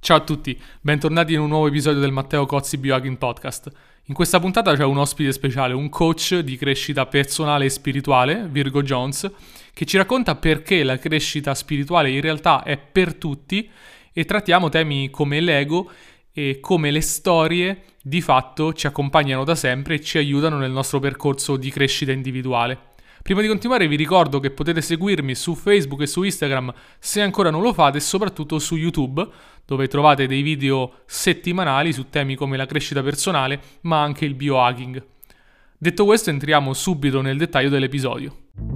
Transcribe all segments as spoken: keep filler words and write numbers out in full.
Ciao a tutti, bentornati in un nuovo episodio del Matteo Cozzi Biohacking Podcast. In questa puntata c'è un ospite speciale, un coach di crescita personale e spirituale, Virgo Jones, che ci racconta perché la crescita spirituale in realtà è per tutti e trattiamo temi come l'ego e come le storie di fatto ci accompagnano da sempre e ci aiutano nel nostro percorso di crescita individuale. Prima di continuare vi ricordo che potete seguirmi su Facebook e su Instagram se ancora non lo fate e soprattutto su YouTube, dove trovate dei video settimanali su temi come la crescita personale ma anche il biohacking. Detto questo, entriamo subito nel dettaglio dell'episodio.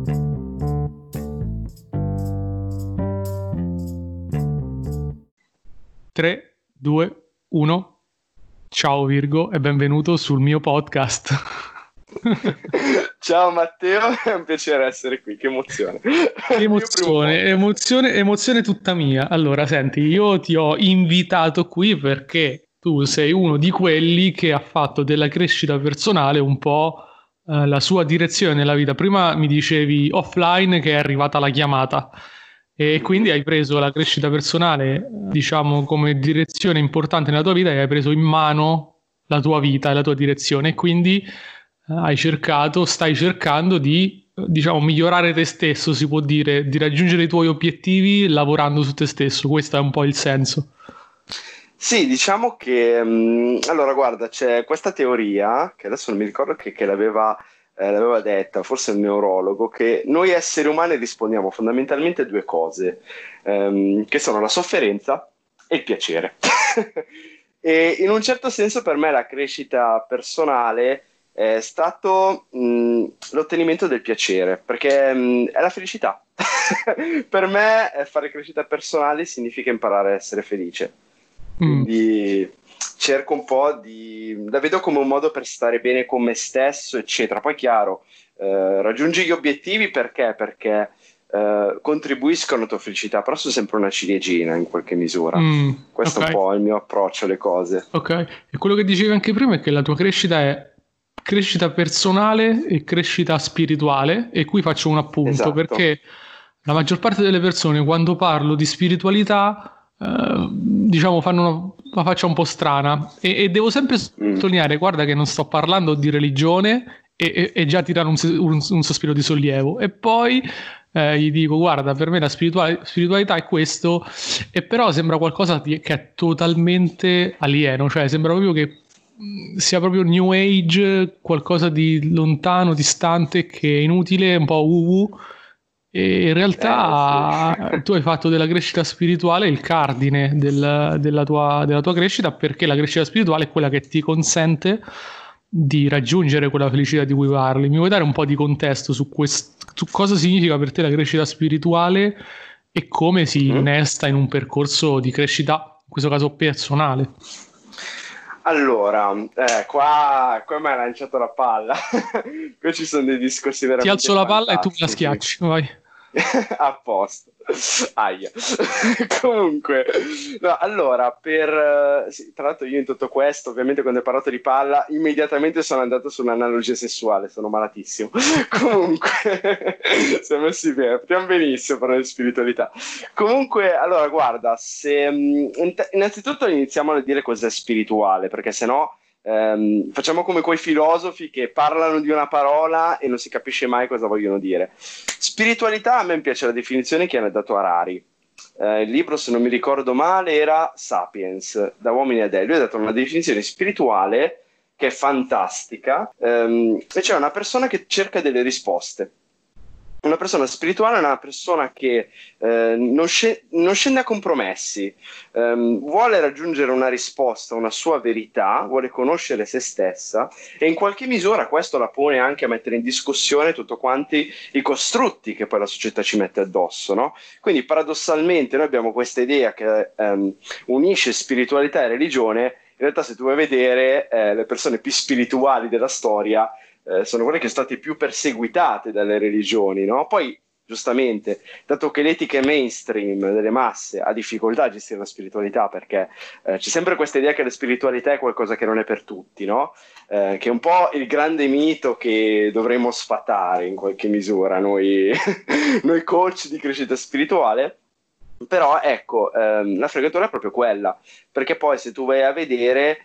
tre, due, uno. Ciao Virgo e benvenuto sul mio podcast. Ciao Matteo, è un piacere essere qui, che emozione. Emozione, emozione, emozione tutta mia. Allora, senti, io ti ho invitato qui perché tu sei uno di quelli che ha fatto della crescita personale un po' eh, la sua direzione nella vita. Prima mi dicevi offline che è arrivata la chiamata e quindi hai preso la crescita personale, diciamo, come direzione importante nella tua vita e hai preso in mano la tua vita e la tua direzione e quindi eh, hai cercato, stai cercando di, diciamo, migliorare te stesso, si può dire, di raggiungere i tuoi obiettivi lavorando su te stesso. Questo è un po' il senso. Sì, diciamo che, mh, allora guarda, c'è questa teoria, che adesso non mi ricordo che, che l'aveva, eh, l'aveva detta, forse un neurologo, che noi esseri umani rispondiamo fondamentalmente a due cose, ehm, che sono la sofferenza e il piacere. E in un certo senso per me la crescita personale è stato mh, l'ottenimento del piacere, perché mh, è la felicità. Per me eh, fare crescita personale significa imparare a essere felice. Mm. Quindi cerco un po' di... la vedo come un modo per stare bene con me stesso, eccetera. Poi chiaro, eh, raggiungi gli obiettivi perché? Perché eh, contribuiscono alla tua felicità, però sono sempre una ciliegina in qualche misura. Mm, Questo ok. è un po' il mio approccio alle cose. Ok, e quello che dicevi anche prima è che la tua crescita è crescita personale e crescita spirituale, e qui faccio un appunto Esatto. perché la maggior parte delle persone quando parlo di spiritualità, eh, diciamo, fanno una, una faccia un po' strana e, e devo sempre Mm. sottolineare, guarda che non sto parlando di religione e, e- e già tirare un, un- un sospiro di sollievo e poi eh, gli dico guarda per me la spiritual- spiritualità è questo e però sembra qualcosa di- che è totalmente alieno, cioè sembra proprio che mh, sia proprio New Age, qualcosa di lontano, distante, che è inutile, un po' uh e in Eh sì. realtà tu hai fatto della crescita spirituale il cardine del- della tua, della tua crescita, perché la crescita spirituale è quella che ti consente di raggiungere quella felicità di cui parli. Mi vuoi dare un po' di contesto su, quest- su cosa significa per te la crescita spirituale e come si Mhm. innesta in un percorso di crescita, in questo caso personale? Allora, eh, qua, qua mi hai lanciato la palla. Qui ci sono dei discorsi Ti veramente alzo la palla e tu me la fantastici. schiacci, vai. A posto. Aia. Comunque, no, allora, per... eh, sì, tra l'altro io in tutto questo, ovviamente quando hai parlato di palla, immediatamente sono andato sull'analogia sessuale, sono malatissimo. Comunque, siamo messi bene, stiamo benissimo parlando di spiritualità. Comunque, allora, guarda, se... mh, int- innanzitutto iniziamo a dire cos'è spirituale, perché sennò ehm, facciamo come quei filosofi che parlano di una parola e non si capisce mai cosa vogliono dire. Spiritualità, a me piace la definizione che hanno dato Harari. Eh, il libro, se non mi ricordo male, era Sapiens, da uomini a dei. Lui ha dato una definizione spirituale che è fantastica, ehm, e c'è una persona che cerca delle risposte. Una persona spirituale è una persona che eh, non, sce- non scende a compromessi, ehm, vuole raggiungere una risposta, una sua verità, vuole conoscere se stessa e in qualche misura questo la pone anche a mettere in discussione tutto quanti i costrutti che poi la società ci mette addosso, no? Quindi paradossalmente noi abbiamo questa idea che ehm, unisce spiritualità e religione. In realtà, se tu vuoi vedere, eh, le persone più spirituali della storia eh, sono quelle che sono state più perseguitate dalle religioni, no? Poi, giustamente, dato che l'etica mainstream delle masse ha difficoltà a gestire la spiritualità, perché eh, c'è sempre questa idea che la spiritualità è qualcosa che non è per tutti, no? Eh, che è un po' il grande mito che dovremmo sfatare in qualche misura noi, noi coach di crescita spirituale. Però ecco, ehm, la fregatura è proprio quella, perché poi se tu vai a vedere,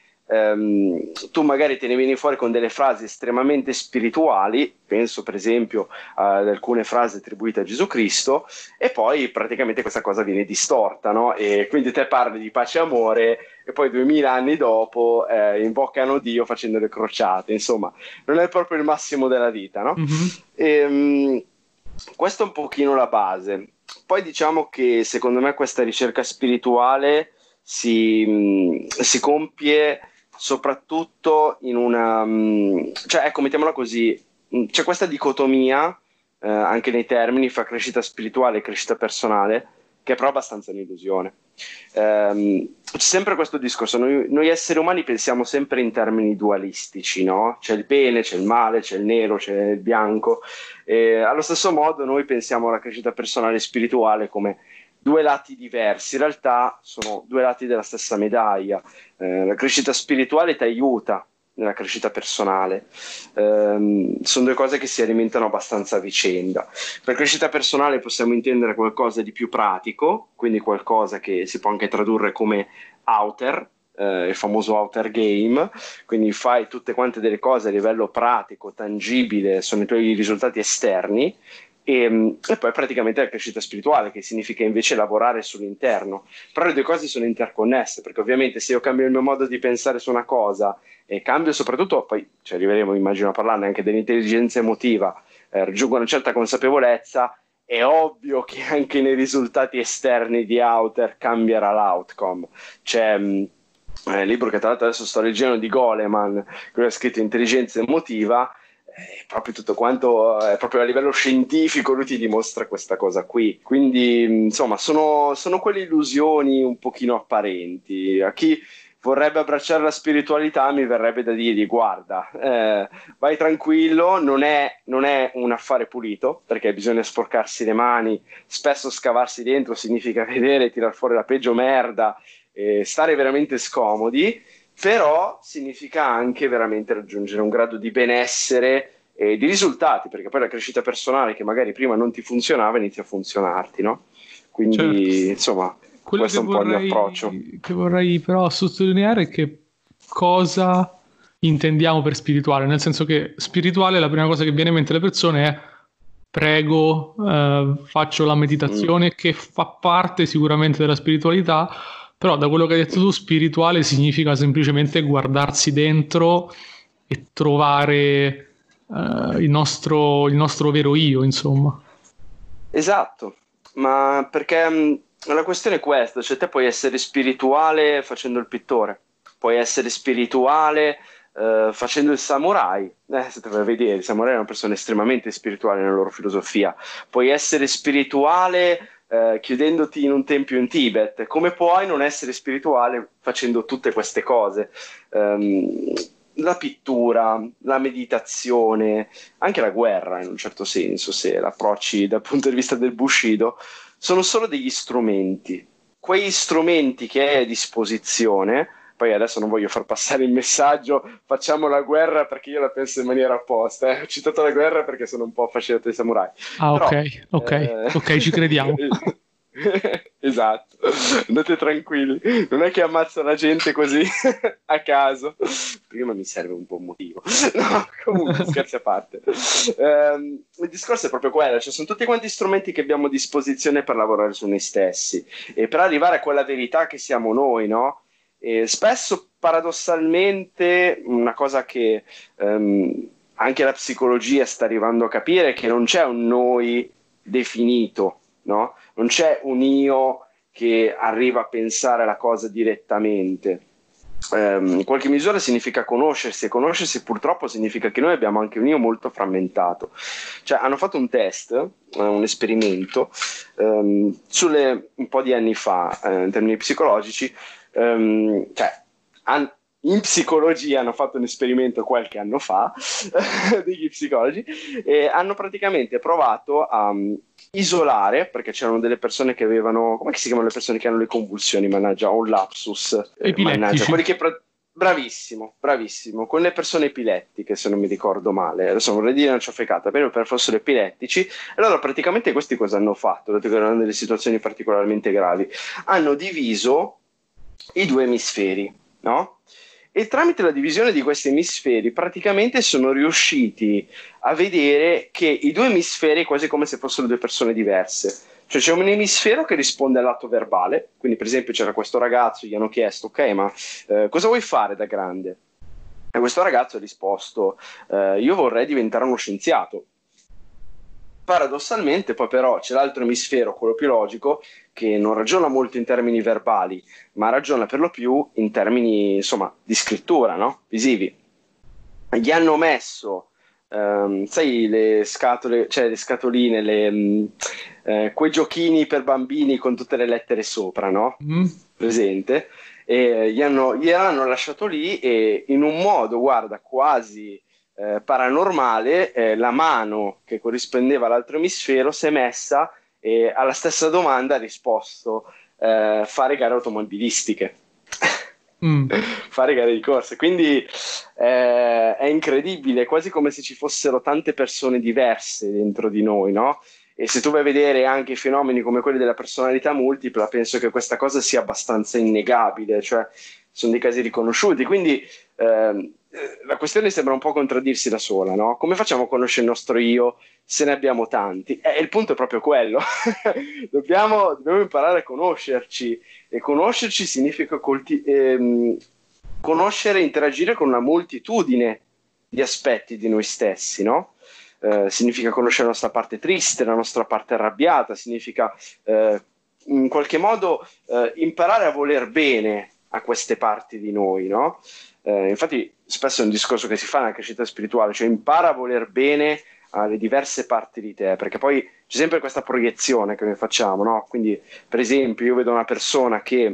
ehm, tu magari te ne vieni fuori con delle frasi estremamente spirituali, penso per esempio ad alcune frasi attribuite a Gesù Cristo, e poi praticamente questa cosa viene distorta, no? E quindi te parli di pace e amore e poi duemila anni dopo eh, invocano Dio facendo le crociate, insomma, non è proprio il massimo della vita, no? Mhm. E, questa è un pochino la base. Poi diciamo che secondo me questa ricerca spirituale si, mh, si compie soprattutto in una... mh, cioè, ecco, mettiamola così, mh, c'è questa dicotomia eh, anche nei termini fra crescita spirituale e crescita personale, che è però abbastanza un'illusione. Ehm, c'è sempre questo discorso, noi, noi esseri umani pensiamo sempre in termini dualistici, no? C'è il bene, c'è il male, c'è il nero, c'è il bianco. E allo stesso modo noi pensiamo alla crescita personale e spirituale come due lati diversi, in realtà sono due lati della stessa medaglia. Eh, la crescita spirituale ti aiuta nella crescita personale. Ehm, sono due cose che si alimentano abbastanza a vicenda. Per crescita personale possiamo intendere qualcosa di più pratico, quindi qualcosa che si può anche tradurre come outer, eh, il famoso outer game, quindi fai tutte quante delle cose a livello pratico, tangibile, sono i tuoi risultati esterni. E, e poi praticamente la crescita spirituale, che significa invece lavorare sull'interno. Però le due cose sono interconnesse, perché ovviamente se io cambio il mio modo di pensare su una cosa e cambio soprattutto, poi ci arriveremo immagino a parlarne anche dell'intelligenza emotiva, eh, raggiungo una certa consapevolezza, è ovvio che anche nei risultati esterni di Outer cambierà l'outcome. C'è mh, eh, il libro che tra l'altro adesso sto leggendo di Goleman, che ha scritto Intelligenza emotiva, eh, proprio tutto quanto, eh, proprio a livello scientifico lui ti dimostra questa cosa qui. Quindi mh, insomma sono, sono quelle illusioni un pochino apparenti. A chi vorrebbe abbracciare la spiritualità mi verrebbe da dirgli guarda, eh, vai tranquillo, non è, non è un affare pulito perché bisogna sporcarsi le mani, spesso scavarsi dentro significa vedere, tirar fuori la peggio merda, eh, stare veramente scomodi, però significa anche veramente raggiungere un grado di benessere e di risultati, perché poi la crescita personale che magari prima non ti funzionava inizia a funzionarti, no? Certo. Quindi insomma Quello che questo è un po' il mio approccio. vorrei, che vorrei però sottolineare è che cosa intendiamo per spirituale, nel senso che spirituale la prima cosa che viene in mente alle persone è prego, eh, faccio la Mm. meditazione che fa parte sicuramente della spiritualità, però da quello che hai detto tu, spirituale significa semplicemente guardarsi dentro e trovare eh, il nostro, il nostro vero io, insomma. Esatto, ma perché mh, la questione è questa, cioè te puoi essere spirituale facendo il pittore, puoi essere spirituale eh, facendo il samurai, eh, se te vai a vedere, i samurai erano persone estremamente spirituali nella loro filosofia, puoi essere spirituale eh, chiudendoti in un tempio in Tibet, come puoi non essere spirituale facendo tutte queste cose? Ehm, la pittura, la meditazione, anche la guerra in un certo senso, se l'approcci dal punto di vista del Bushido, sono solo degli strumenti. Quegli strumenti che hai a disposizione, poi adesso non voglio far passare il messaggio, facciamo la guerra perché io la penso in maniera opposta, eh. Ho citato la guerra perché sono un po' affascinato dai samurai, Ah, ok, però... ok, eh, ok, ci crediamo. Esatto, andate tranquilli, non è che ammazza la gente così a caso. Prima mi serve un po' un motivo. No, comunque, scherzi a parte. Ehm, il discorso è proprio quello, cioè sono tutti quanti strumenti che abbiamo a disposizione per lavorare su noi stessi e per arrivare a quella verità che siamo noi, no? E spesso, paradossalmente, una cosa che ehm, anche la psicologia sta arrivando a capire è che non c'è un noi definito, no? Non c'è un io che arriva a pensare la cosa direttamente. Um, in qualche misura significa conoscersi e conoscersi purtroppo significa che noi abbiamo anche un io molto frammentato. Cioè hanno fatto un test, uh, un esperimento um, sulle, un po' di anni fa uh, in termini psicologici, um, cioè han, in psicologia hanno fatto un esperimento qualche anno fa degli psicologi e hanno praticamente provato a um, isolare, perché c'erano delle persone che avevano, come si chiamano le persone che hanno le convulsioni, mannaggia, ho un lapsus, eh, mannaggia, Epilettici. quelli che... Pra- bravissimo, bravissimo, con le persone epilettiche, se non mi ricordo male, adesso non vorrei dire una ciofecata, però per fossero epilettici, allora praticamente questi cosa hanno fatto, dato che erano delle situazioni particolarmente gravi? Hanno diviso i due emisferi, no? E tramite la divisione di questi emisferi praticamente sono riusciti a vedere che i due emisferi è quasi come se fossero due persone diverse. Cioè c'è un emisfero che risponde al lato verbale, quindi per esempio c'era questo ragazzo, gli hanno chiesto ok ma eh, cosa vuoi fare da grande? E questo ragazzo ha risposto eh, io vorrei diventare uno scienziato. Paradossalmente poi però c'è l'altro emisfero, quello più logico, che non ragiona molto in termini verbali, ma ragiona per lo più in termini insomma di scrittura, no? Visivi. Gli hanno messo Um, sai le scatole, cioè le scatoline, le, um, eh, quei giochini per bambini con tutte le lettere sopra, no? Mm. Presente? E gli hanno, gliel'hanno lasciato lì e in un modo, guarda, quasi eh, paranormale, eh, la mano che corrispondeva all'altro emisfero si è messa e alla stessa domanda ha risposto eh, fare gare automobilistiche. Mm. Fare gare di corse, quindi eh, è incredibile, quasi come se ci fossero tante persone diverse dentro di noi, no? E se tu vai a vedere anche i fenomeni come quelli della personalità multipla, penso che questa cosa sia abbastanza innegabile, cioè sono dei casi riconosciuti, quindi ehm, la questione sembra un po' contraddirsi da sola, no? Come facciamo a conoscere il nostro io se ne abbiamo tanti? Eh, il punto è proprio quello, dobbiamo, dobbiamo imparare a conoscerci, e conoscerci significa colti- ehm, conoscere e interagire con una moltitudine di aspetti di noi stessi, no? Eh, significa conoscere la nostra parte triste, la nostra parte arrabbiata, significa eh, in qualche modo eh, imparare a voler bene a queste parti di noi, no? Eh, infatti spesso è un discorso che si fa nella crescita spirituale, cioè impara a voler bene alle diverse parti di te, perché poi c'è sempre questa proiezione che noi facciamo, no? Quindi per esempio io vedo una persona che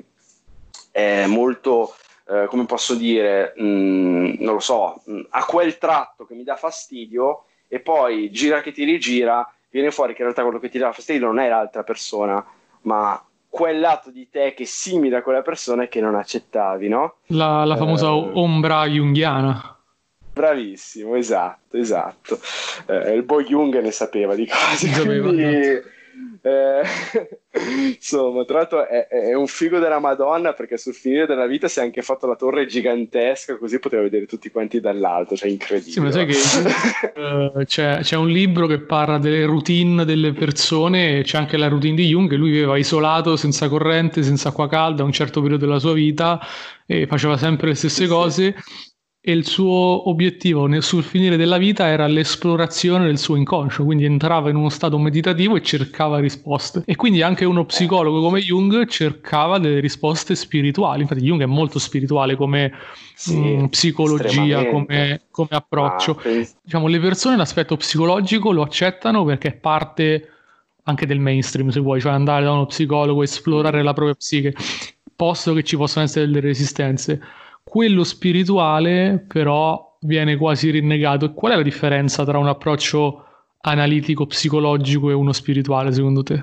è molto eh, come posso dire mh, non lo so, mh, ha quel tratto che mi dà fastidio e poi gira che ti rigira viene fuori che in realtà quello che ti dà fastidio non è l'altra persona ma quel lato di te che è simile a quella persona e che non accettavi, no? La, la famosa Eh, ombra junghiana. Bravissimo, esatto, esatto. Eh, il Bo Jung ne sapeva di cose, Sapeva, quindi esatto. eh, insomma, tra l'altro è, è un figo della Madonna perché sul finire della vita si è anche fatto la torre gigantesca così poteva vedere tutti quanti dall'alto, cioè incredibile. Sì, ma sai che uh, c'è, c'è un libro che parla delle routine delle persone, c'è anche la routine di Jung, lui viveva isolato, senza corrente, senza acqua calda, a un certo periodo della sua vita e faceva sempre le stesse Sì, cose. sì. E il suo obiettivo nel, sul finire della vita era l'esplorazione del suo inconscio, quindi entrava in uno stato meditativo e cercava risposte. E quindi anche uno psicologo come Jung cercava delle risposte spirituali. Infatti Jung è molto spirituale come Sì, mh, psicologia, come, come approccio. Ma pens- Diciamo, le persone l'aspetto psicologico lo accettano perché è parte anche del mainstream, se vuoi, cioè andare da uno psicologo, esplorare la propria psiche, posto che ci possono essere delle resistenze. Quello spirituale però viene quasi rinnegato. E qual è la differenza tra un approccio analitico psicologico e uno spirituale secondo te?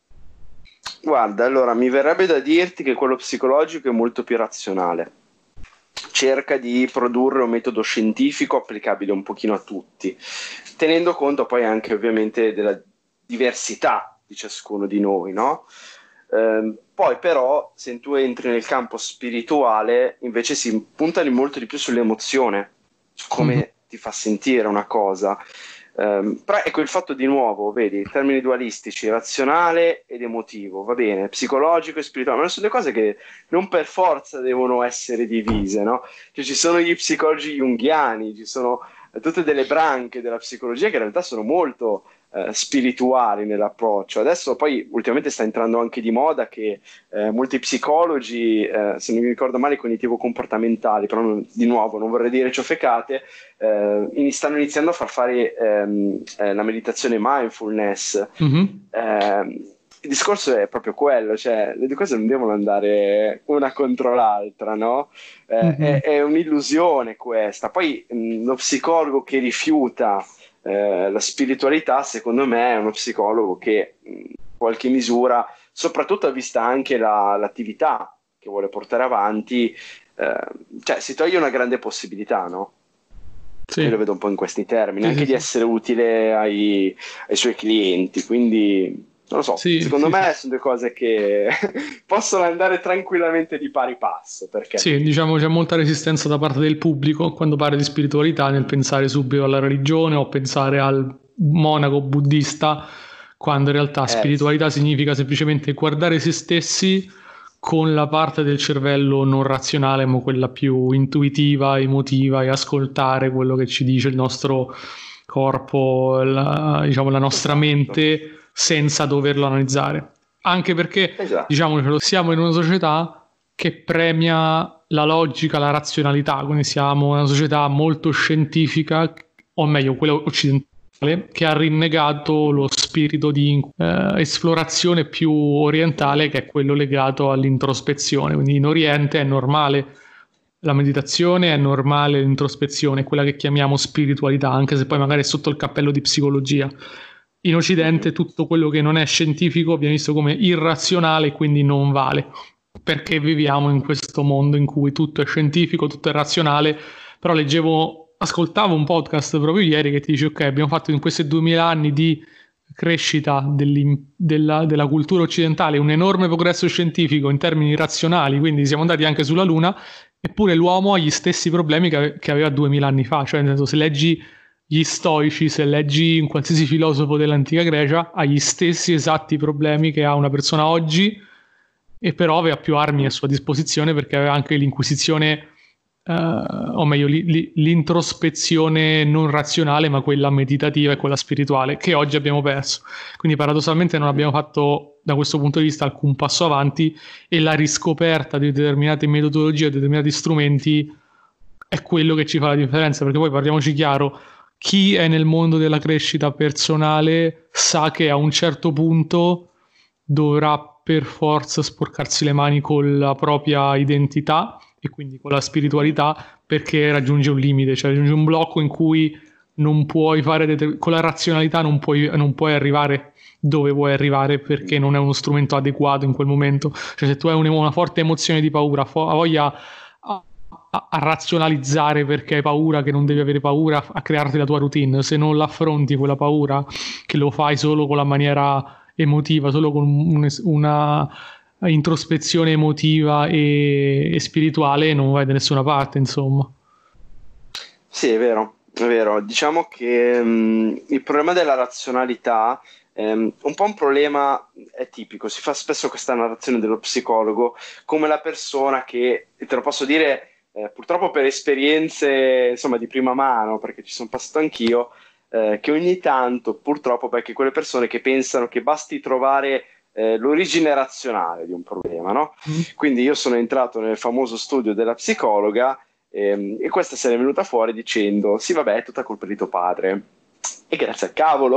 Guarda, allora mi verrebbe da dirti che quello psicologico è molto più razionale. Cerca di produrre un metodo scientifico applicabile un pochino a tutti, tenendo conto poi anche ovviamente della diversità di ciascuno di noi, no? Eh, poi però se tu entri nel campo spirituale invece si puntano molto di più sull'emozione, su come Mm-hmm. ti fa sentire una cosa. Um, però ecco il fatto di nuovo, vedi, termini dualistici, razionale ed emotivo, va bene, psicologico e spirituale, ma sono due cose che non per forza devono essere divise, no? Cioè, ci sono gli psicologi junghiani, ci sono tutte delle branche della psicologia che in realtà sono molto eh, spirituali nell'approccio. Adesso poi ultimamente sta entrando anche di moda che eh, molti psicologi, eh, se non mi ricordo male, cognitivo-comportamentali, però non, di nuovo non vorrei dire ciofecate, eh, stanno iniziando a far fare ehm, eh, la meditazione mindfulness. Mm-hmm. Eh, il discorso è proprio quello, cioè le due cose non devono andare una contro l'altra, no? Eh, Mm-hmm. è, è un'illusione questa. Poi mh, lo psicologo che rifiuta eh, la spiritualità, secondo me, è uno psicologo che in qualche misura, soprattutto vista anche la, l'attività che vuole portare avanti, eh, cioè si toglie una grande possibilità, no? Sì. Io lo vedo un po' in questi termini, Sì, anche sì, di sì. essere utile ai, ai suoi clienti, quindi non lo so, Sì, secondo sì, me sì. sono due cose che possono andare tranquillamente di pari passo, perché no? Sì, diciamo c'è molta resistenza da parte del pubblico quando parla di spiritualità nel pensare subito alla religione o pensare al monaco buddista, quando in realtà Eh, sì. spiritualità significa semplicemente guardare se stessi con la parte del cervello non razionale, ma quella più intuitiva, emotiva, e ascoltare quello che ci dice il nostro corpo, la, diciamo, la nostra Esatto, mente senza doverlo analizzare. Anche perché, esatto. diciamocelo, siamo in una società che premia la logica, la razionalità, quindi siamo una società molto scientifica, o meglio, quella occidentale, che ha rinnegato lo spirito di eh, esplorazione più orientale, che è quello legato all'introspezione. Quindi in Oriente è normale la meditazione, è normale l'introspezione, quella che chiamiamo spiritualità, anche se poi magari è sotto il cappello di psicologia. In Occidente Mhm. tutto quello che non è scientifico viene visto come irrazionale e quindi non vale, perché viviamo in questo mondo in cui tutto è scientifico, tutto è razionale. Però leggevo, ascoltavo un podcast proprio ieri che ti dice ok, abbiamo fatto in questi duemila anni di crescita della, della cultura occidentale un enorme progresso scientifico in termini razionali, quindi siamo andati anche sulla Luna, eppure l'uomo ha gli stessi problemi che, che aveva duemila anni fa. Cioè nel senso, se leggi gli stoici, se leggi un qualsiasi filosofo dell'antica Grecia, ha gli stessi esatti problemi che ha una persona oggi, e però aveva più armi a sua disposizione perché aveva anche l'inquisizione, eh, o meglio li, li, l'introspezione non razionale, ma quella meditativa e quella spirituale, che oggi abbiamo perso. Quindi paradossalmente non abbiamo fatto da questo punto di vista alcun passo avanti, e la riscoperta di determinate metodologie, di determinati strumenti è quello che ci fa la differenza, perché poi parliamoci chiaro, chi è nel mondo della crescita personale sa che a un certo punto dovrà per forza sporcarsi le mani con la propria identità e quindi con la Mhm. spiritualità, perché raggiunge un limite, cioè raggiunge un blocco in cui non puoi fare det- con la razionalità non puoi, non puoi arrivare dove vuoi arrivare, perché non è uno strumento adeguato in quel momento. Cioè se tu hai un- una forte emozione di paura, fo- voglia a, a- a razionalizzare perché hai paura, che non devi avere paura, a crearti la tua routine, se non l'affronti quella paura, che lo fai solo con la maniera emotiva, solo con un- una introspezione emotiva e, e spirituale, non vai da nessuna parte, insomma. Sì, è vero, è vero. Diciamo che mh, il problema della razionalità ehm, un po' un problema è tipico, si fa spesso questa narrazione dello psicologo come la persona che, e te lo posso dire eh, purtroppo per esperienze insomma di prima mano, perché ci sono passato anch'io, eh, che ogni tanto purtroppo perché quelle persone che pensano che basti trovare eh, l'origine razionale di un problema, no? Mm. Quindi io sono entrato nel famoso studio della psicologa. Ehm, E, questa se ne è venuta fuori dicendo: Sì, vabbè, è tutta colpa di tuo padre. E grazie al cavolo,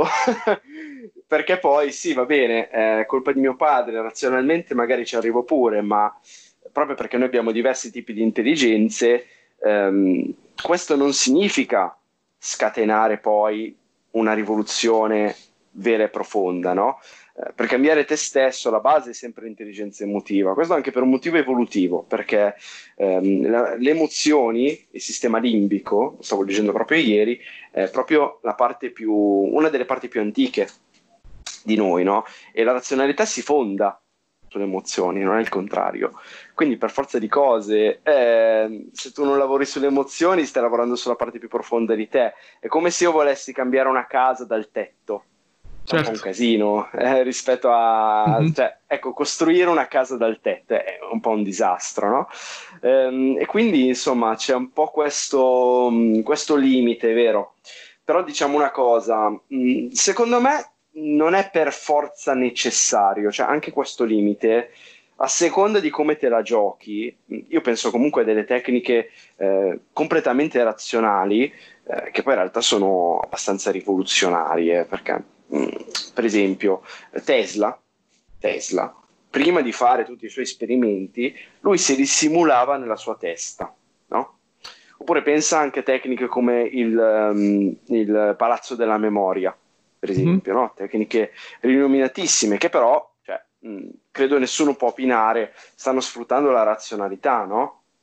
perché poi sì, va bene, è colpa di mio padre, razionalmente magari ci arrivo pure, ma proprio perché noi abbiamo diversi tipi di intelligenze, ehm, questo non significa scatenare poi una rivoluzione vera e profonda, no? Eh, per cambiare te stesso, la base è sempre l'intelligenza emotiva. Questo anche per un motivo evolutivo, perché ehm, la- le emozioni, il sistema limbico, lo stavo leggendo proprio ieri, è proprio la parte più, una delle parti più antiche di noi, no? E la razionalità si fonda sulle emozioni, non è il contrario. Quindi per forza di cose, eh, se tu non lavori sulle emozioni, stai lavorando sulla parte più profonda di te. È come se io volessi cambiare una casa dal tetto. È un po' un Certo. casino eh, rispetto a, Mhm. cioè, ecco, costruire una casa dal tetto è un po' un disastro, no? Ehm, e quindi, insomma, c'è un po' questo, mh, questo limite, vero? Però diciamo una cosa, mh, secondo me non è per forza necessario, cioè anche questo limite, a seconda di come te la giochi, mh, io penso comunque a delle tecniche eh, completamente razionali, eh, che poi in realtà sono abbastanza rivoluzionarie, perché mh, per esempio Tesla, Tesla, prima di fare tutti i suoi esperimenti, lui si dissimulava nella sua testa, no? Oppure pensa anche a tecniche come il, um, il palazzo della memoria, per Mhm. esempio, no? Tecniche rinominatissime che però, cioè, mh, credo nessuno può opinare, stanno sfruttando la razionalità, no?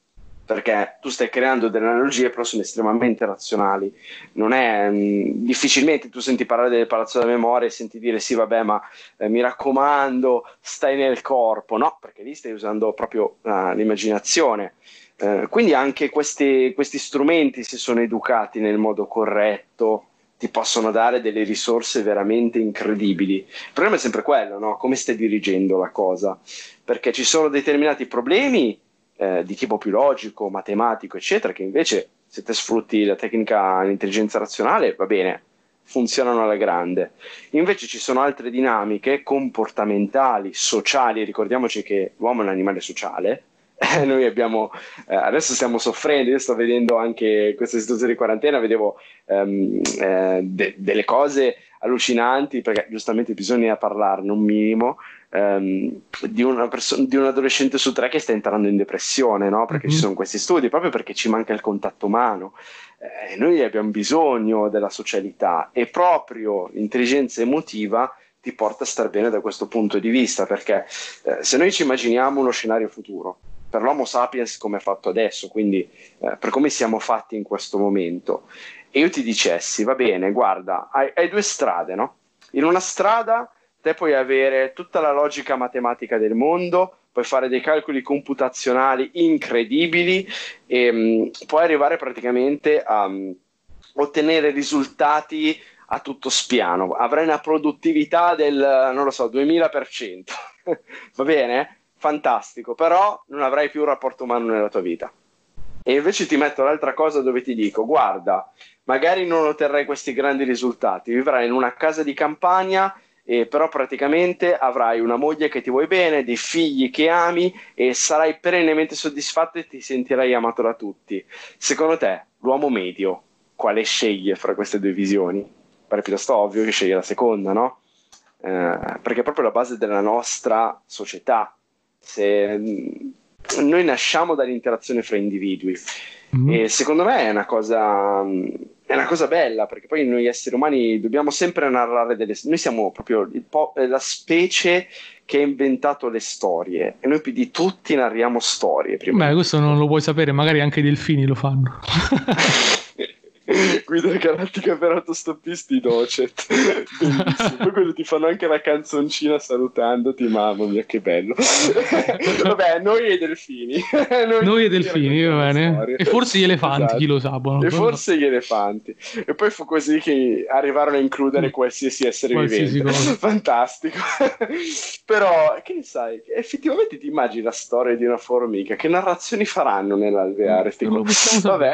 perché tu stai creando delle analogie però sono estremamente razionali. Non è mh, difficilmente tu senti parlare del palazzo della memoria e senti dire sì vabbè ma eh, mi raccomando stai nel corpo, no, perché lì stai usando proprio uh, l'immaginazione. Uh, quindi anche questi, questi strumenti, se sono educati nel modo corretto, ti possono dare delle risorse veramente incredibili. Il problema è sempre quello, no? Come stai dirigendo la cosa, perché ci sono determinati problemi Eh, di tipo più logico, matematico, eccetera, che invece se te sfrutti la tecnica, l'intelligenza razionale, va bene, funzionano alla grande. Invece ci sono altre dinamiche comportamentali, sociali, ricordiamoci che l'uomo è un animale sociale. Eh, noi abbiamo, eh, adesso stiamo soffrendo, io sto vedendo anche questa situazione di quarantena, vedevo ehm, eh, de- delle cose allucinanti, perché giustamente bisogna parlarne un minimo, ehm, di, una perso- di un adolescente su tre che sta entrando in depressione, no? Perché Mm-hmm. ci sono questi studi, proprio perché ci manca il contatto umano. Eh, noi abbiamo bisogno della socialità e proprio l'intelligenza emotiva ti porta a star bene da questo punto di vista, perché eh, se noi ci immaginiamo uno scenario futuro, per l'Homo sapiens come è fatto adesso, quindi eh, per come siamo fatti in questo momento, e io ti dicessi, va bene, guarda, hai, hai due strade, no? In una strada te puoi avere tutta la logica matematica del mondo, puoi fare dei calcoli computazionali incredibili e mh, puoi arrivare praticamente a mh, ottenere risultati a tutto spiano. Avrai una produttività del, non lo so, duemila per cento. Va bene? Fantastico, però non avrai più un rapporto umano nella tua vita. E invece ti metto l'altra cosa dove ti dico, guarda, magari non otterrai questi grandi risultati, vivrai in una casa di campagna, eh, però praticamente avrai una moglie che ti vuoi bene, dei figli che ami e sarai perennemente soddisfatto e ti sentirai amato da tutti. Secondo te, l'uomo medio, quale sceglie fra queste due visioni? Pare piuttosto ovvio che sceglie la seconda, no? Eh, perché è proprio la base della nostra società. Se noi nasciamo dall'interazione fra individui mm-hmm. e secondo me è una cosa è una cosa bella, perché poi noi esseri umani dobbiamo sempre narrare delle noi siamo proprio il po- la specie che ha inventato le storie e noi più di tutti narriamo storie prima. Beh, questo non lo puoi sapere, magari anche i delfini lo fanno. Guida galattica per autostoppisti docet. Bellissimo. Poi quello ti fanno anche la canzoncina salutandoti, mamma mia che bello. Vabbè, noi e i delfini. Noi, noi e i delfini, va bene. E forse gli elefanti, esatto. Chi lo sa. Buono. E forse gli elefanti. E poi fu così che arrivarono a includere qualsiasi essere qualsiasi vivente. Cosa. Fantastico. Però, che ne sai, effettivamente ti immagini la storia di una formica, che narrazioni faranno nell'alveare? Vabbè.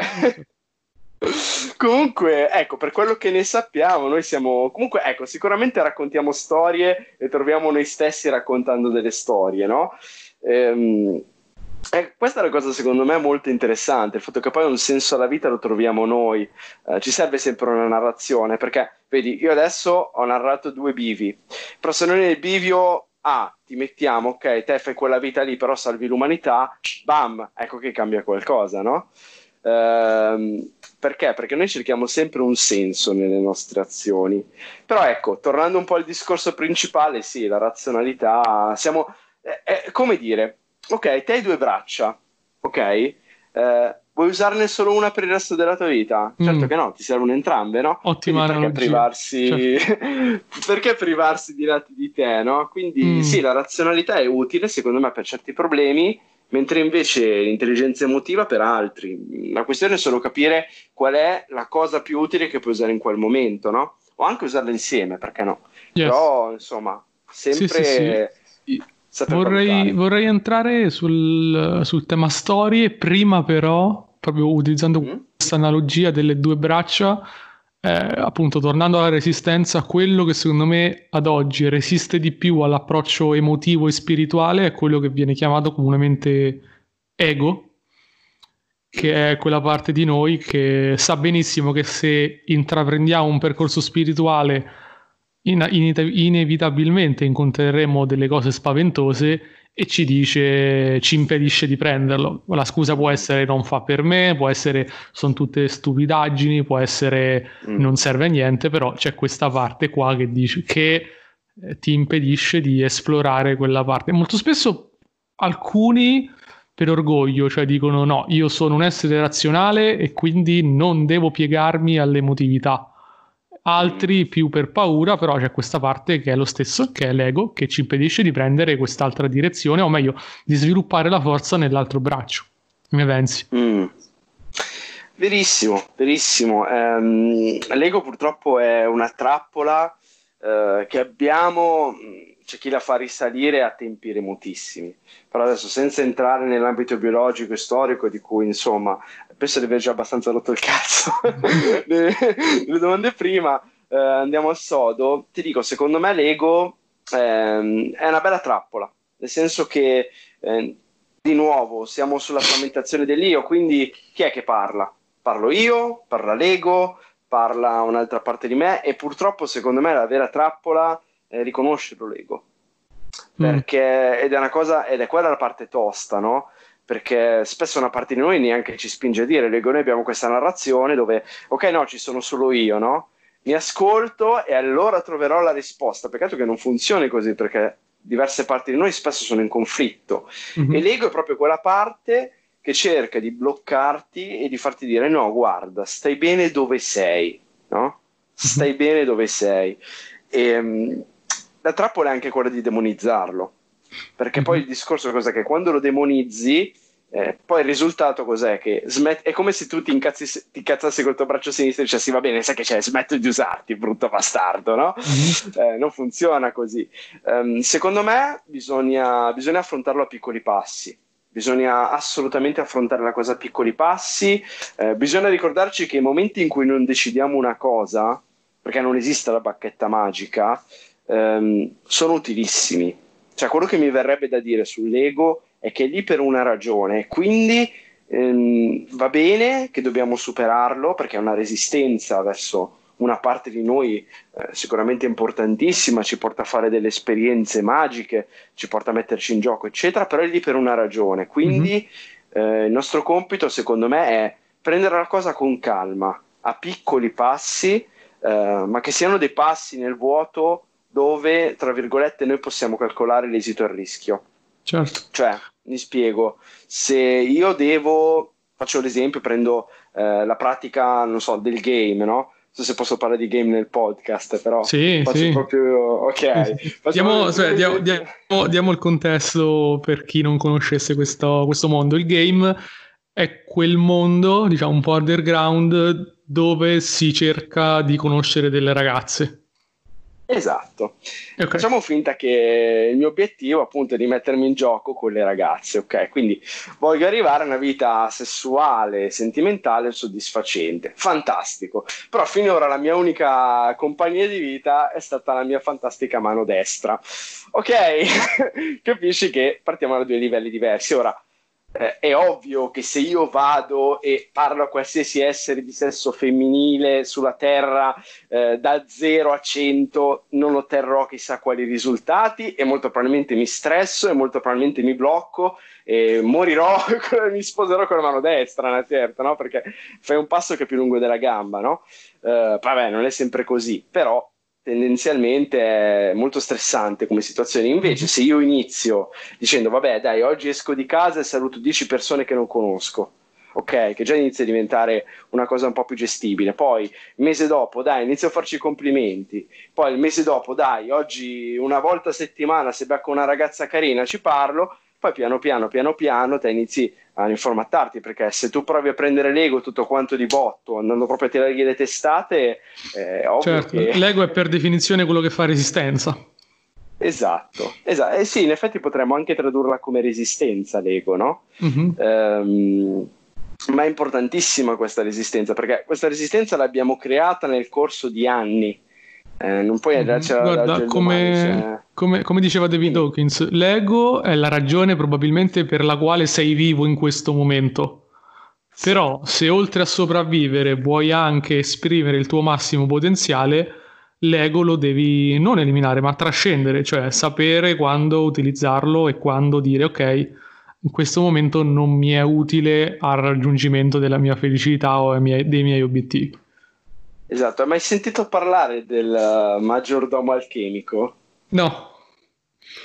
Comunque, ecco, per quello che ne sappiamo, noi siamo comunque, ecco, sicuramente raccontiamo storie e troviamo noi stessi raccontando delle storie, no? Ehm, eh, questa è una cosa secondo me molto interessante, il fatto che poi un senso alla vita lo troviamo noi. Eh, ci serve sempre una narrazione, perché vedi, io adesso ho narrato due bivi, però se noi nel bivio ah, ti mettiamo, ok, te fai quella vita lì, però salvi l'umanità, bam, ecco che cambia qualcosa, no? Ehm, perché? Perché noi cerchiamo sempre un senso nelle nostre azioni. Però ecco, tornando un po' al discorso principale, sì, la razionalità, siamo, è, è, come dire, ok, te hai due braccia, ok? Eh, vuoi usarne solo una per il resto della tua vita? Certo mm. che no, ti servono entrambe, no? Ottima Quindi perché privarsi, cioè... perché privarsi di lati di te, no? Quindi mm. sì, la razionalità è utile, secondo me, per certi problemi, mentre invece l'intelligenza emotiva per altri. La questione è solo capire qual è la cosa più utile che puoi usare in quel momento, no? O anche usarla insieme, perché no? Yes. Però, insomma, sempre... Sì, sì, sì. Vorrei, vorrei entrare sul, sul tema storie, prima però, proprio utilizzando mm. questa analogia delle due braccia, eh, appunto tornando alla resistenza, quello che secondo me ad oggi resiste di più all'approccio emotivo e spirituale è quello che viene chiamato comunemente ego, che è quella parte di noi che sa benissimo che se intraprendiamo un percorso spirituale in- in- inevitabilmente incontreremo delle cose spaventose e ci dice, ci impedisce di prenderlo. La scusa può essere non fa per me, può essere sono tutte stupidaggini, può essere mm. non serve a niente, però c'è questa parte qua che dice che eh, ti impedisce di esplorare quella parte. Molto spesso alcuni per orgoglio, cioè dicono no, io sono un essere razionale e quindi non devo piegarmi all'emotività. Altri più per paura, però c'è questa parte che è lo stesso, che è l'ego, che ci impedisce di prendere quest'altra direzione, o meglio, di sviluppare la forza nell'altro braccio. Come pensi? Mm. Verissimo, verissimo. Ehm, l'ego purtroppo è una trappola eh, che abbiamo, c'è chi la fa risalire a tempi remotissimi, però adesso senza entrare nell'ambito biologico e storico di cui insomma penso di aver già abbastanza rotto il cazzo le, le domande prima, eh, andiamo al sodo. Ti dico, secondo me l'ego ehm, è una bella trappola, nel senso che eh, di nuovo siamo sulla frammentazione dell'io, quindi chi è che parla? Parlo io, parla l'ego, parla un'altra parte di me, e purtroppo secondo me la vera trappola è riconoscerlo l'ego, perché ed è una cosa, ed è quella la parte tosta, no? Perché spesso una parte di noi neanche ci spinge a dire l'ego. Noi abbiamo questa narrazione dove ok, no, ci sono solo io, no? Mi ascolto e allora troverò la risposta. Peccato che non funzioni così, perché diverse parti di noi spesso sono in conflitto. Mm-hmm. E l'ego è proprio quella parte che cerca di bloccarti e di farti dire no, guarda, stai bene dove sei, no? Stai mm-hmm. bene dove sei. E um, la trappola è anche quella di demonizzarlo, perché mm-hmm. poi il discorso è cosa che quando lo demonizzi, eh, poi il risultato cos'è? Che smet- è come se tu ti, incazzi, ti incazzassi col tuo braccio sinistro e dicessi va bene, sai che c'è, smetto di usarti, brutto bastardo, no? Mm-hmm. Eh, non funziona così. Um, secondo me bisogna, bisogna affrontarlo a piccoli passi. Bisogna assolutamente affrontare la cosa a piccoli passi, eh, bisogna ricordarci che i momenti in cui non decidiamo una cosa, perché non esiste la bacchetta magica, ehm, sono utilissimi. Cioè, quello che mi verrebbe da dire sull'ego è che è lì per una ragione, quindi ehm, va bene che dobbiamo superarlo, perché è una resistenza verso una parte di noi eh, sicuramente importantissima, ci porta a fare delle esperienze magiche, ci porta a metterci in gioco, eccetera, però è lì per una ragione. Quindi mm-hmm. eh, il nostro compito, secondo me, è prendere la cosa con calma, a piccoli passi, eh, ma che siano dei passi nel vuoto dove, tra virgolette, noi possiamo calcolare l'esito e il rischio. Certo. Cioè, mi spiego, se io devo, faccio l'esempio, prendo eh, la pratica, non so, del game, no? Non so se posso parlare di game nel podcast, però sì, faccio sì. proprio ok. Diamo, cioè, diamo, diamo, diamo il contesto per chi non conoscesse questo, questo mondo. Il game è quel mondo, diciamo, un po' underground, dove si cerca di conoscere delle ragazze. Esatto. Okay. Facciamo finta che il mio obiettivo appunto è di mettermi in gioco con le ragazze, ok? Quindi voglio arrivare a una vita sessuale, sentimentale soddisfacente. Fantastico. Però finora la mia unica compagnia di vita è stata la mia fantastica mano destra. Ok? Capisci che partiamo da due livelli diversi. Ora, Eh, è ovvio che se io vado e parlo a qualsiasi essere di sesso femminile sulla Terra eh, da zero a cento non otterrò chissà quali risultati, e molto probabilmente mi stresso e molto probabilmente mi blocco e morirò, mi sposerò con la mano destra, una certa, no? Perché fai un passo che è più lungo della gamba, no? Eh, vabbè, non è sempre così, però tendenzialmente è molto stressante come situazione. Invece se io inizio dicendo vabbè dai, oggi esco di casa e saluto dieci persone che non conosco, ok, che già inizia a diventare una cosa un po' più gestibile, poi il mese dopo dai inizio a farci i complimenti, poi il mese dopo dai oggi una volta a settimana se becco una ragazza carina ci parlo, poi piano piano piano piano te inizi a informattarti, perché se tu provi a prendere l'ego tutto quanto di botto andando proprio a tirargli le testate, è ovvio certo, che... l'ego è per definizione quello che fa resistenza. Esatto, esatto. Eh sì, in effetti potremmo anche tradurla come resistenza l'ego, no? Mm-hmm. Ehm, ma è importantissima questa resistenza, perché questa resistenza l'abbiamo creata nel corso di anni. Eh, non puoi andarci mm-hmm. Guarda, da come, domani, cioè... come, come diceva David Hawkins, l'ego è la ragione probabilmente per la quale sei vivo in questo momento. Sì. Però se oltre a sopravvivere vuoi anche esprimere il tuo massimo potenziale, l'ego lo devi non eliminare ma trascendere, cioè sapere quando utilizzarlo e quando dire ok, in questo momento non mi è utile al raggiungimento della mia felicità o dei miei obiettivi. Esatto, hai mai sentito parlare del uh, maggiordomo alchemico? No.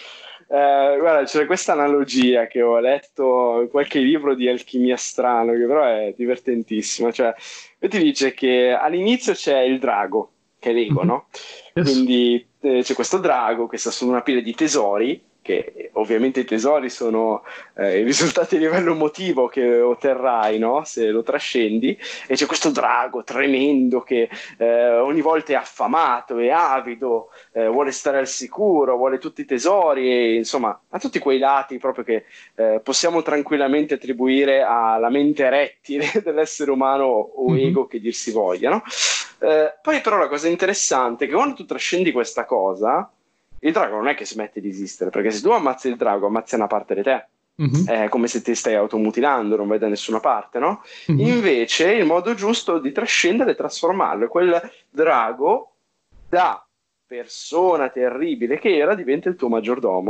Eh, guarda, c'è questa analogia che ho letto in qualche libro di alchimia strano, che però è divertentissima. Cioè, lui ti dice che all'inizio c'è il drago, che è l'ego, Mhm. no? Yes. Quindi eh, c'è questo drago che sta su una pila di tesori, che eh, ovviamente i tesori sono eh, i risultati a livello emotivo che otterrai, no? Se lo trascendi. E c'è questo drago tremendo che eh, ogni volta è affamato, è avido, eh, vuole stare al sicuro, vuole tutti i tesori, e, insomma, ha tutti quei lati proprio che eh, possiamo tranquillamente attribuire alla mente rettile dell'essere umano o Mhm. ego che dir si voglia, no? Eh, poi però la cosa interessante è che quando tu trascendi questa cosa, il drago non è che smette di esistere, perché se tu ammazzi il drago, ammazzi una parte di te. Mhm. È come se ti stai automutilando, non vai da nessuna parte, no? Mhm. Invece il modo giusto di trascendere è trasformarlo. E quel drago, da persona terribile che era, diventa il tuo maggiordomo.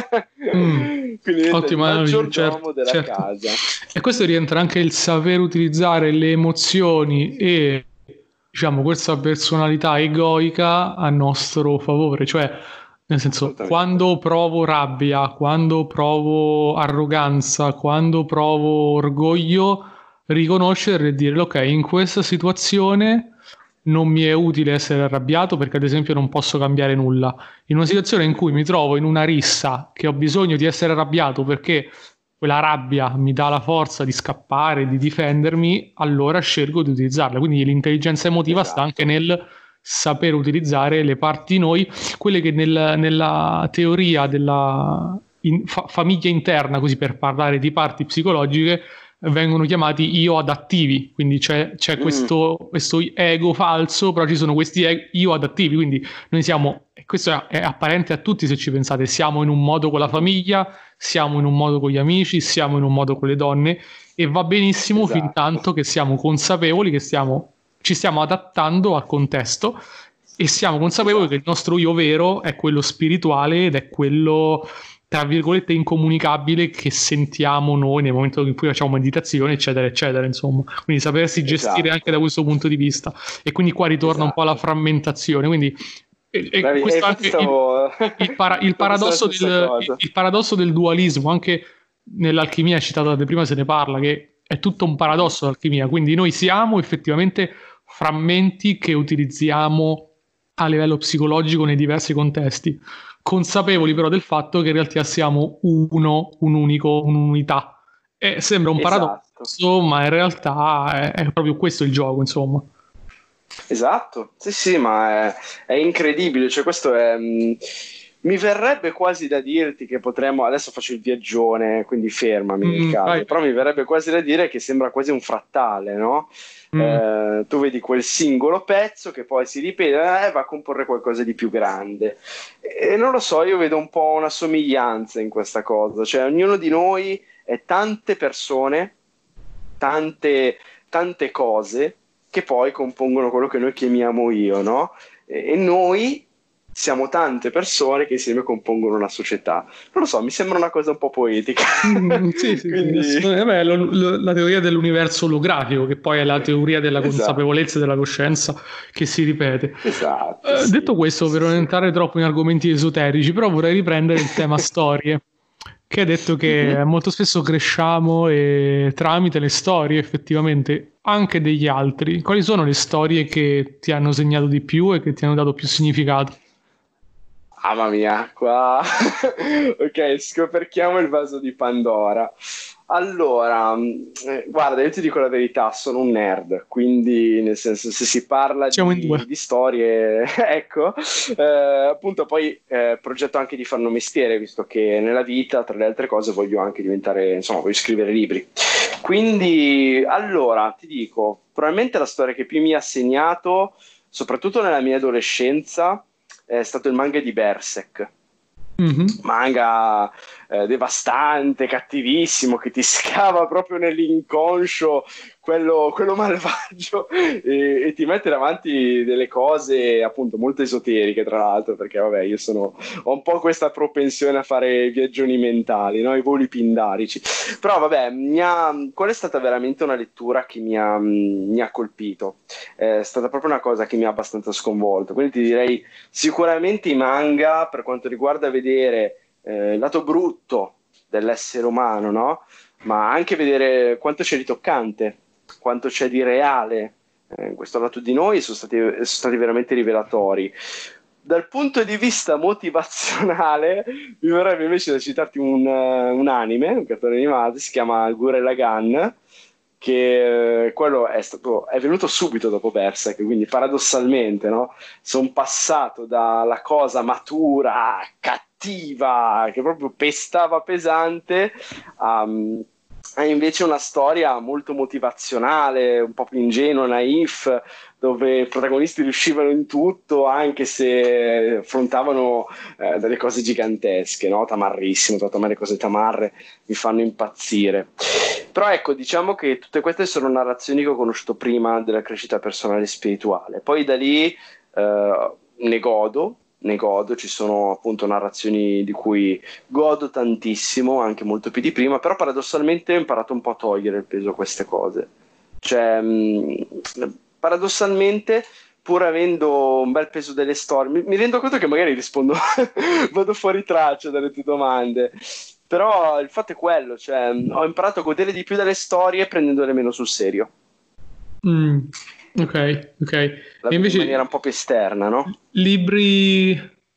Mm. Quindi diventa il Ottima analogia, certo, maggiordomo della certo. casa. E questo rientra anche il saper utilizzare le emozioni e, diciamo, questa personalità egoica a nostro favore. Cioè, nel senso, Assolutamente. quando provo rabbia, quando provo arroganza, quando provo orgoglio, riconoscere e dire, ok, in questa situazione non mi è utile essere arrabbiato perché ad esempio non posso cambiare nulla. In una situazione in cui mi trovo in una rissa che ho bisogno di essere arrabbiato perché quella rabbia mi dà la forza di scappare, di difendermi, allora scelgo di utilizzarla. Quindi l'intelligenza emotiva sta anche Esatto. nel saper utilizzare le parti noi, quelle che nel- nella teoria della in- fa- famiglia interna, così per parlare di parti psicologiche, vengono chiamati io adattivi, quindi c'è, c'è Mm, questo, questo ego falso, però ci sono questi e- io adattivi, quindi noi siamo, e questo è, è apparente a tutti se ci pensate, siamo in un modo con la mhm. famiglia, siamo in un modo con gli amici, siamo in un modo con le donne e va benissimo fin Esatto. tanto che siamo consapevoli che stiamo, ci stiamo adattando al contesto e siamo consapevoli che il Esatto. nostro io vero è quello spirituale ed è quello tra virgolette incomunicabile che sentiamo noi nel momento in cui facciamo meditazione, eccetera, eccetera, insomma. Quindi sapersi gestire anche da Esatto. questo punto di vista. E quindi qua ritorna un po' alla Esatto. frammentazione. Quindi e, e Bravi. E questo è infatti anche il, stavo, il, para- il stavo pensando paradosso la stessa del, il, cosa. il paradosso del dualismo, anche nell'alchimia citata da prima se ne parla, che è tutto un Mhm. paradosso l'alchimia. Quindi noi siamo effettivamente frammenti che utilizziamo a livello psicologico nei diversi contesti consapevoli però del fatto che in realtà siamo uno, un unico, un'unità. E sembra un Esatto. paradosso, ma in realtà è, è proprio questo il gioco, insomma. Esatto, sì, sì, ma è, è incredibile, cioè questo è... mh, mi verrebbe quasi da dirti che potremmo, adesso faccio il viaggione, quindi fermami nel Mm, vai, caso, vai. però mi verrebbe quasi da dire che sembra quasi un frattale, no? Mm, Eh, tu vedi quel singolo pezzo che poi si ripete e va a comporre qualcosa di più grande. E non lo so, io vedo un po' una somiglianza in questa cosa, cioè ognuno di noi è tante persone, tante, tante cose che poi compongono quello che noi chiamiamo io, no? E, e noi siamo tante persone che insieme compongono una società. Non lo so, mi sembra una cosa un po' poetica. mm, sì, sì, sì, Quindi, assolutamente. Beh, lo- lo- la teoria dell'universo olografico, che poi è la teoria della esatto, consapevolezza e della coscienza che si ripete. esatto, Eh, sì, detto questo, sì, per non sì. entrare troppo in argomenti esoterici, però vorrei riprendere il tema storie, che hai detto Mhm. che molto spesso cresciamo e tramite le storie effettivamente anche degli altri. Quali sono le storie che ti hanno segnato di più e che ti hanno dato più significato? Mamma mia, qua. Ok, scoperchiamo il vaso di Pandora. Allora, mh, eh, guarda, io ti dico la verità, sono un nerd, quindi nel senso se si parla Siamo in di, due. di storie, ecco, eh, appunto poi eh, progetto anche di fare un mestiere, visto che nella vita, tra le altre cose, voglio anche diventare, insomma, voglio scrivere libri. Quindi, allora, ti dico, probabilmente la storia che più mi ha segnato, soprattutto nella mia adolescenza, è stato il manga di Berserk. Mhm. Manga eh, devastante, cattivissimo, che ti scava proprio nell'inconscio quello, quello malvagio e, e ti mette davanti delle cose appunto molto esoteriche, tra l'altro, perché vabbè, io sono, ho un po' questa propensione a fare viaggioni mentali, no? I voli pindarici. Però vabbè, mi ha, quella è stata veramente una lettura che mi ha, mi ha colpito. È stata proprio una cosa che mi ha abbastanza sconvolto. Quindi ti direi sicuramente i manga, per quanto riguarda vedere eh, il lato brutto dell'essere umano, no? Ma anche vedere quanto c'è di toccante, quanto c'è di reale eh, in questo lato di noi, sono stati, sono stati veramente rivelatori. Dal punto di vista motivazionale, mi verrebbe invece da citarti un, eh, un anime, un cartone animato, si chiama Gurren Lagann, che eh, quello è stato, è venuto subito dopo Berserk, quindi paradossalmente, no? Sono passato dalla cosa matura, cattiva, che proprio pestava pesante, a, a invece una storia molto motivazionale, un po' più ingenua, naif, dove i protagonisti riuscivano in tutto, anche se affrontavano eh, delle cose gigantesche, no? Tamarrissimo, tratto a me le cose tamarre mi fanno impazzire. Però ecco, diciamo che tutte queste sono narrazioni che ho conosciuto prima della crescita personale e spirituale. Poi da lì eh, ne godo, ne godo, ci sono appunto narrazioni di cui godo tantissimo, anche molto più di prima, però paradossalmente ho imparato un po' a togliere il peso a queste cose. Cioè, mh, paradossalmente, pur avendo un bel peso delle storie, mi, mi rendo conto che magari rispondo, vado fuori traccia dalle tue domande, però il fatto è quello, cioè, ho imparato a godere di più delle storie prendendole meno sul serio. Mm, ok, ok. E La vedo in maniera invece un po' più esterna, no? libri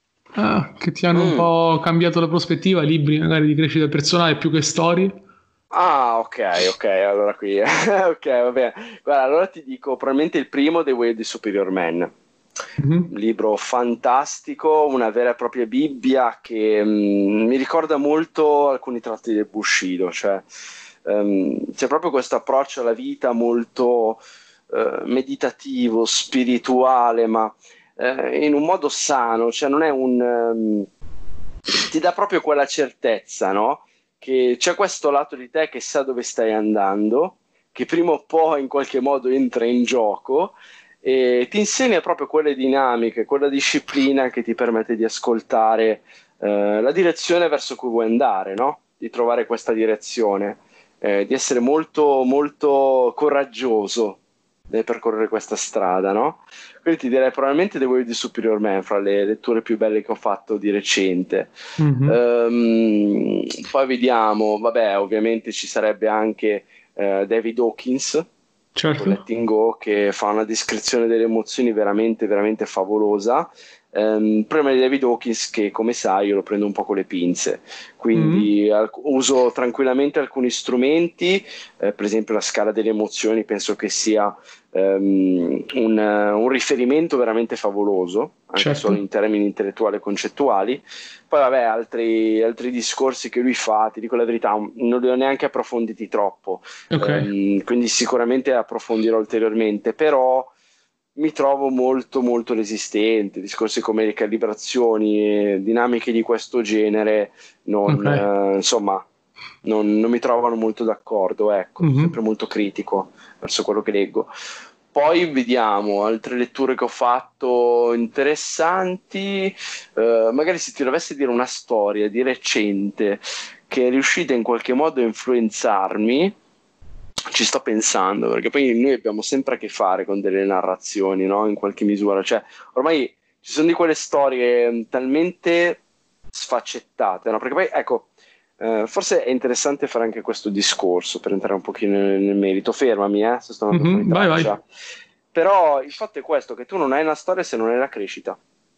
ah, che ti hanno un Mm. po' cambiato la prospettiva, libri magari di crescita personale più che storie? Ah, ok, ok, allora qui, ok, va bene. Guarda, allora ti dico, probabilmente il primo, The Way of the Superior Man. Mhm. Un libro fantastico, una vera e propria Bibbia che mm, mi ricorda molto alcuni tratti del Bushido, cioè ehm, c'è proprio questo approccio alla vita molto eh, meditativo, spirituale, ma eh, in un modo sano, cioè non è un... ehm, ti dà proprio quella certezza, no? Che c'è questo lato di te che sa dove stai andando, che prima o poi in qualche modo entra in gioco e ti insegna proprio quelle dinamiche, quella disciplina che ti permette di ascoltare eh, la direzione verso cui vuoi andare, no? Di trovare questa direzione, eh, di essere molto, molto coraggioso nel percorrere questa strada, no? Quindi ti direi probabilmente The Way di Superior Man fra le letture più belle che ho fatto di recente. Mhm. Ehm, poi vediamo, vabbè, ovviamente ci sarebbe anche eh, David Hawkins con Certo. Letting Go che fa una descrizione delle emozioni veramente, veramente favolosa. Ehm, il problema di David Hawkins che, come sai, io lo prendo un po' con le pinze, Mhm. quindi alc- uso tranquillamente alcuni strumenti, eh, per esempio la scala delle emozioni, penso che sia ehm, un, un riferimento veramente favoloso, anche solo Certo. in termini intellettuali e concettuali. Poi vabbè, altri, altri discorsi che lui fa, ti dico la verità, non li ho neanche approfonditi troppo, Ok. ehm, quindi sicuramente approfondirò ulteriormente, però mi trovo molto molto resistente, discorsi come le calibrazioni, e dinamiche di questo genere, non, Ok. eh, insomma, non, non mi trovano molto d'accordo, ecco, sono sempre Mhm. molto critico verso quello che leggo. Poi vediamo altre letture che ho fatto interessanti. Eh, magari se ti dovessi dire una storia di recente che è riuscita in qualche modo a influenzarmi, ci sto pensando, perché poi noi abbiamo sempre a che fare con delle narrazioni, no? In qualche misura, cioè ormai ci sono di quelle storie mh, talmente sfaccettate, no? Perché poi, ecco, eh, forse è interessante fare anche questo discorso per entrare un pochino nel, nel merito. Fermami, eh, se sto andando fuori Mhm. Vai, vai. traccia. Però il fatto è questo, che tu non hai una storia se non hai la crescita.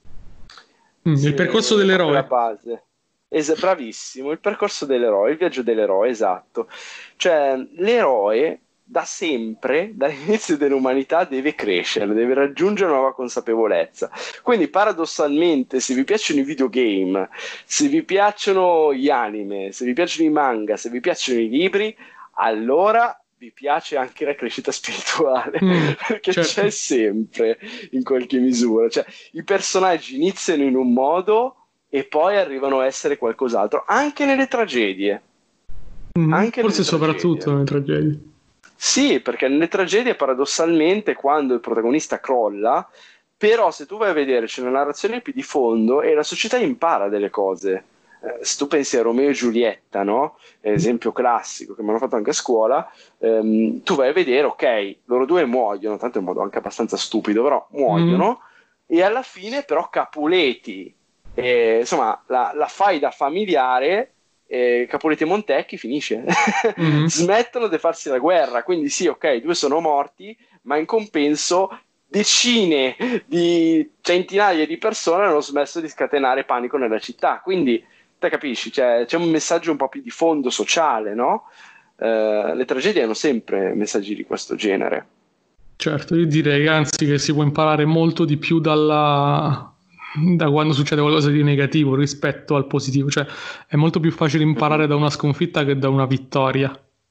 Mm, il percorso Se è proprio la dell'eroe. base. Es- bravissimo, il percorso dell'eroe, il viaggio dell'eroe, esatto. Cioè, l'eroe da sempre, dall'inizio dell'umanità, deve crescere, deve raggiungere una nuova consapevolezza. Quindi, paradossalmente, se vi piacciono i videogame, se vi piacciono gli anime, se vi piacciono i manga, se vi piacciono i libri, allora vi piace anche la crescita spirituale, Mm, perché c'è certo. sempre in qualche misura. Cioè, i personaggi iniziano in un modo e poi arrivano a essere qualcos'altro, anche nelle tragedie. Mhm. Anche nelle Forse soprattutto tragedie. nelle tragedie. Sì, perché nelle tragedie paradossalmente quando il protagonista crolla, però se tu vai a vedere c'è una narrazione più di fondo e la società impara delle cose. Eh, se tu pensi a Romeo e Giulietta, no? Esempio classico che mi hanno fatto anche a scuola, ehm, tu vai a vedere, ok, loro due muoiono, tanto in modo anche abbastanza stupido, però Mhm. muoiono, e alla fine però Capuleti E, insomma, la, la faida familiare, eh, Capuleto e Montecchi finisce. Mhm. Smettono di farsi la guerra, quindi sì, ok, due sono morti, ma in compenso decine di centinaia di persone hanno smesso di scatenare panico nella città. Quindi, te capisci, c'è, c'è un messaggio un po' più di fondo sociale, no? Eh, le tragedie hanno sempre messaggi di questo genere. Certo, io direi anzi che si può imparare molto di più dalla... da quando succede qualcosa di negativo rispetto al positivo, cioè è molto più facile imparare Mhm. da una sconfitta che da una vittoria.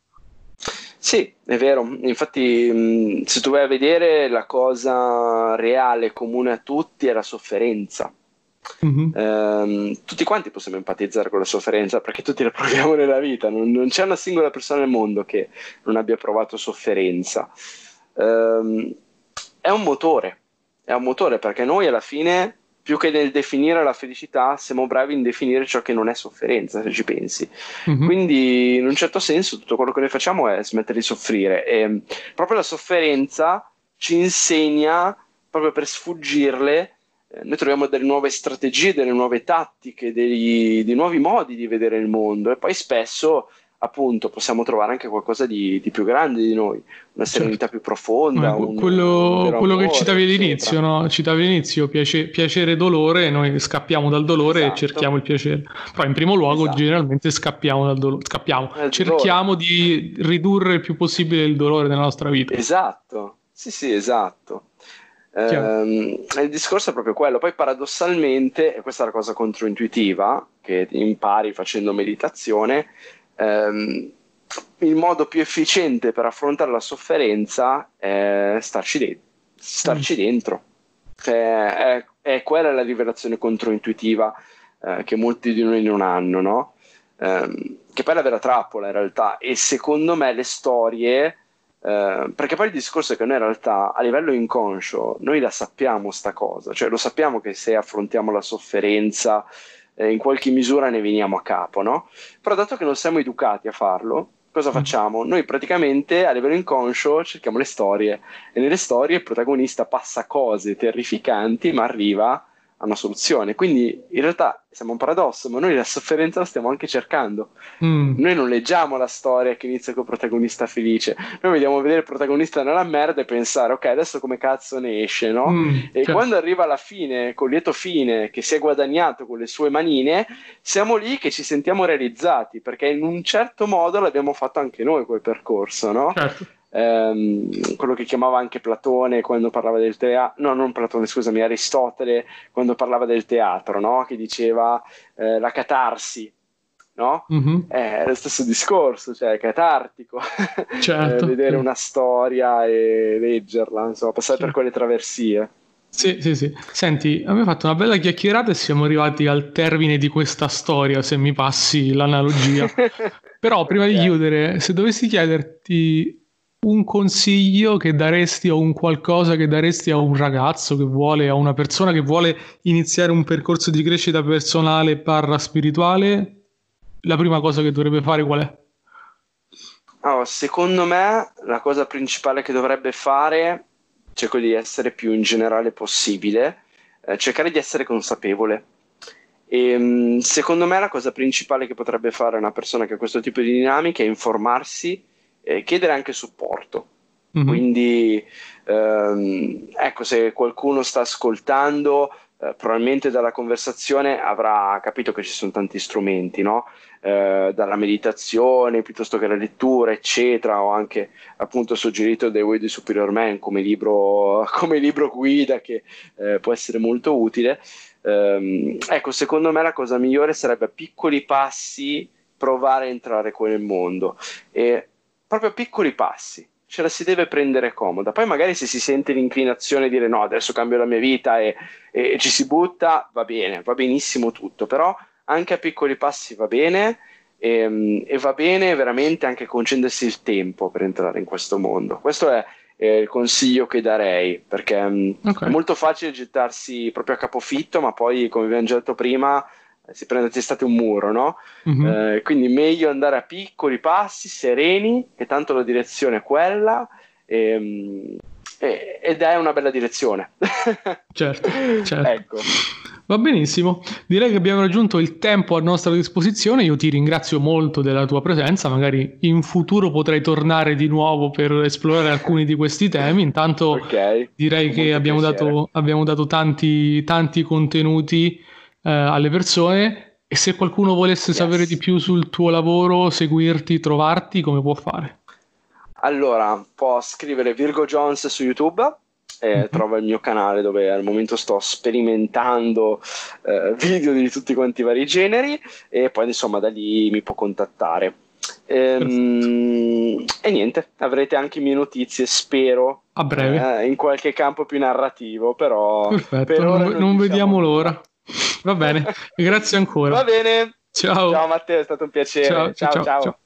Sì, è vero. Infatti, mh, se tu vai a vedere la cosa reale, comune a tutti, è la sofferenza. Mhm. Ehm, tutti quanti possiamo empatizzare con la sofferenza perché tutti la proviamo nella vita, non, non c'è una singola persona nel mondo che non abbia provato sofferenza. Ehm, è un motore, è un motore perché noi alla fine, più che nel definire la felicità, siamo bravi in definire ciò che non è sofferenza, se ci pensi. Mhm. Quindi, in un certo senso, tutto quello che noi facciamo è smettere di soffrire e proprio la sofferenza ci insegna, proprio per sfuggirle, eh, noi troviamo delle nuove strategie, delle nuove tattiche, degli, dei nuovi modi di vedere il mondo e poi spesso, appunto, possiamo trovare anche qualcosa di, di più grande di noi, una Certo. serenità più Eh, profonda, que- un, un quello, vero quello che amore, citavi eccetera. all'inizio, no? Citavi all'inizio piace- piacere e dolore, noi scappiamo dal dolore e Esatto, cerchiamo il piacere. Però in primo luogo esatto. generalmente scappiamo dal dolore, scappiamo, È il dolore. cerchiamo di ridurre il più possibile il dolore nella nostra vita. Esatto, sì, sì, esatto. Chiaro. Ehm, il discorso è proprio quello. Poi paradossalmente, e questa è la cosa controintuitiva che impari facendo meditazione, ehm, il modo più efficiente per affrontare la sofferenza è starci, de- Mm. starci dentro. Cioè, è, è quella la rivelazione controintuitiva eh, che molti di noi non hanno, no? Ehm, che poi è la vera trappola in realtà. E secondo me le storie eh, perché poi il discorso è che noi in realtà a livello inconscio noi la sappiamo sta cosa, cioè lo sappiamo che se affrontiamo la sofferenza eh, in qualche misura ne veniamo a capo, no? Però dato che non siamo educati a farlo, cosa Mm. facciamo? Noi praticamente a livello inconscio cerchiamo le storie e nelle storie il protagonista passa cose terrificanti ma arriva a una soluzione. Quindi in realtà siamo un paradosso, ma noi la sofferenza la stiamo anche cercando. Mm. Noi non leggiamo la storia che inizia col protagonista felice, noi vogliamo vedere il protagonista nella merda e pensare, ok, adesso come cazzo ne esce, no? Mm. E Chiaro. quando arriva alla fine, col lieto fine, che si è guadagnato con le sue manine, siamo lì che ci sentiamo realizzati, perché in un certo modo l'abbiamo fatto anche noi quel percorso, no? Certo. Ehm, quello che chiamava anche Platone quando parlava del teatro, no, non Platone, scusami, Aristotele quando parlava del teatro, no? Che diceva eh, la catarsi, no? Mhm. È lo stesso discorso, cioè è catartico eh, Certo. vedere Certo. una storia e leggerla, insomma, passare per Chiaro. quelle traversie. Sì, sì, sì. Senti, abbiamo fatto una bella chiacchierata e siamo arrivati al termine di questa storia, se mi passi l'analogia. Però prima di Ok. chiudere, se dovessi chiederti un consiglio che daresti o un qualcosa che daresti a un ragazzo che vuole, a una persona che vuole iniziare un percorso di crescita personale barra spirituale, la prima cosa che dovrebbe fare qual è? Allora, secondo me la cosa principale che dovrebbe fare, cerco di essere più in generale possibile, eh, cercare di essere consapevole. E, mh, secondo me la cosa principale che potrebbe fare una persona che ha questo tipo di dinamiche è informarsi e chiedere anche supporto. Mhm. Quindi, ehm, ecco, se qualcuno sta ascoltando, eh, probabilmente dalla conversazione avrà capito che ci sono tanti strumenti, no? Eh, dalla meditazione piuttosto che la lettura, eccetera. Ho anche appunto suggerito The Way di Superior Man come libro, come libro guida che eh, può essere molto utile. Ehm, ecco, secondo me la cosa migliore sarebbe a piccoli passi provare a entrare con il mondo e proprio a piccoli passi. Ce la si deve prendere comoda. Poi magari se si sente l'inclinazione di dire no, adesso cambio la mia vita e, e ci si butta, va bene, va benissimo tutto, però anche a piccoli passi va bene e, e va bene veramente anche concedersi il tempo per entrare in questo mondo. Questo è eh, il consiglio che darei, perché mh, Ok. è molto facile gettarsi proprio a capofitto, ma poi, come abbiamo già detto prima, eh, si prende a testate un muro, no? Mhm. Eh, quindi meglio andare a piccoli passi, sereni, che tanto la direzione è quella, ehm, e- ed è una bella direzione. Certo, certo. Ecco. Va benissimo, direi che abbiamo raggiunto il tempo a nostra disposizione. Io ti ringrazio molto della tua presenza, magari in futuro potrai tornare di nuovo per esplorare alcuni di questi temi. Intanto Ok, direi con che molto abbiamo piacere. dato, abbiamo dato tanti, tanti contenuti eh, alle persone, e se qualcuno volesse sapere di Yes. più sul tuo lavoro, seguirti, trovarti, come può fare? Allora, può scrivere Virgo Jones su YouTube, eh, Mhm. trova il mio canale dove al momento sto sperimentando eh, video di tutti quanti i vari generi e poi insomma da lì mi può contattare. Perfetto. Ehm, e niente, avrete anche mie notizie, spero, A breve. eh, in qualche campo più narrativo, però Perfetto, per non, ora ve- non non diciamo vediamo nulla. l'ora. Va bene, grazie Va ancora. bene, ciao Ciao, Matteo, è stato un ciao, piacere. ciao, Ciao ciao, ciao. ciao.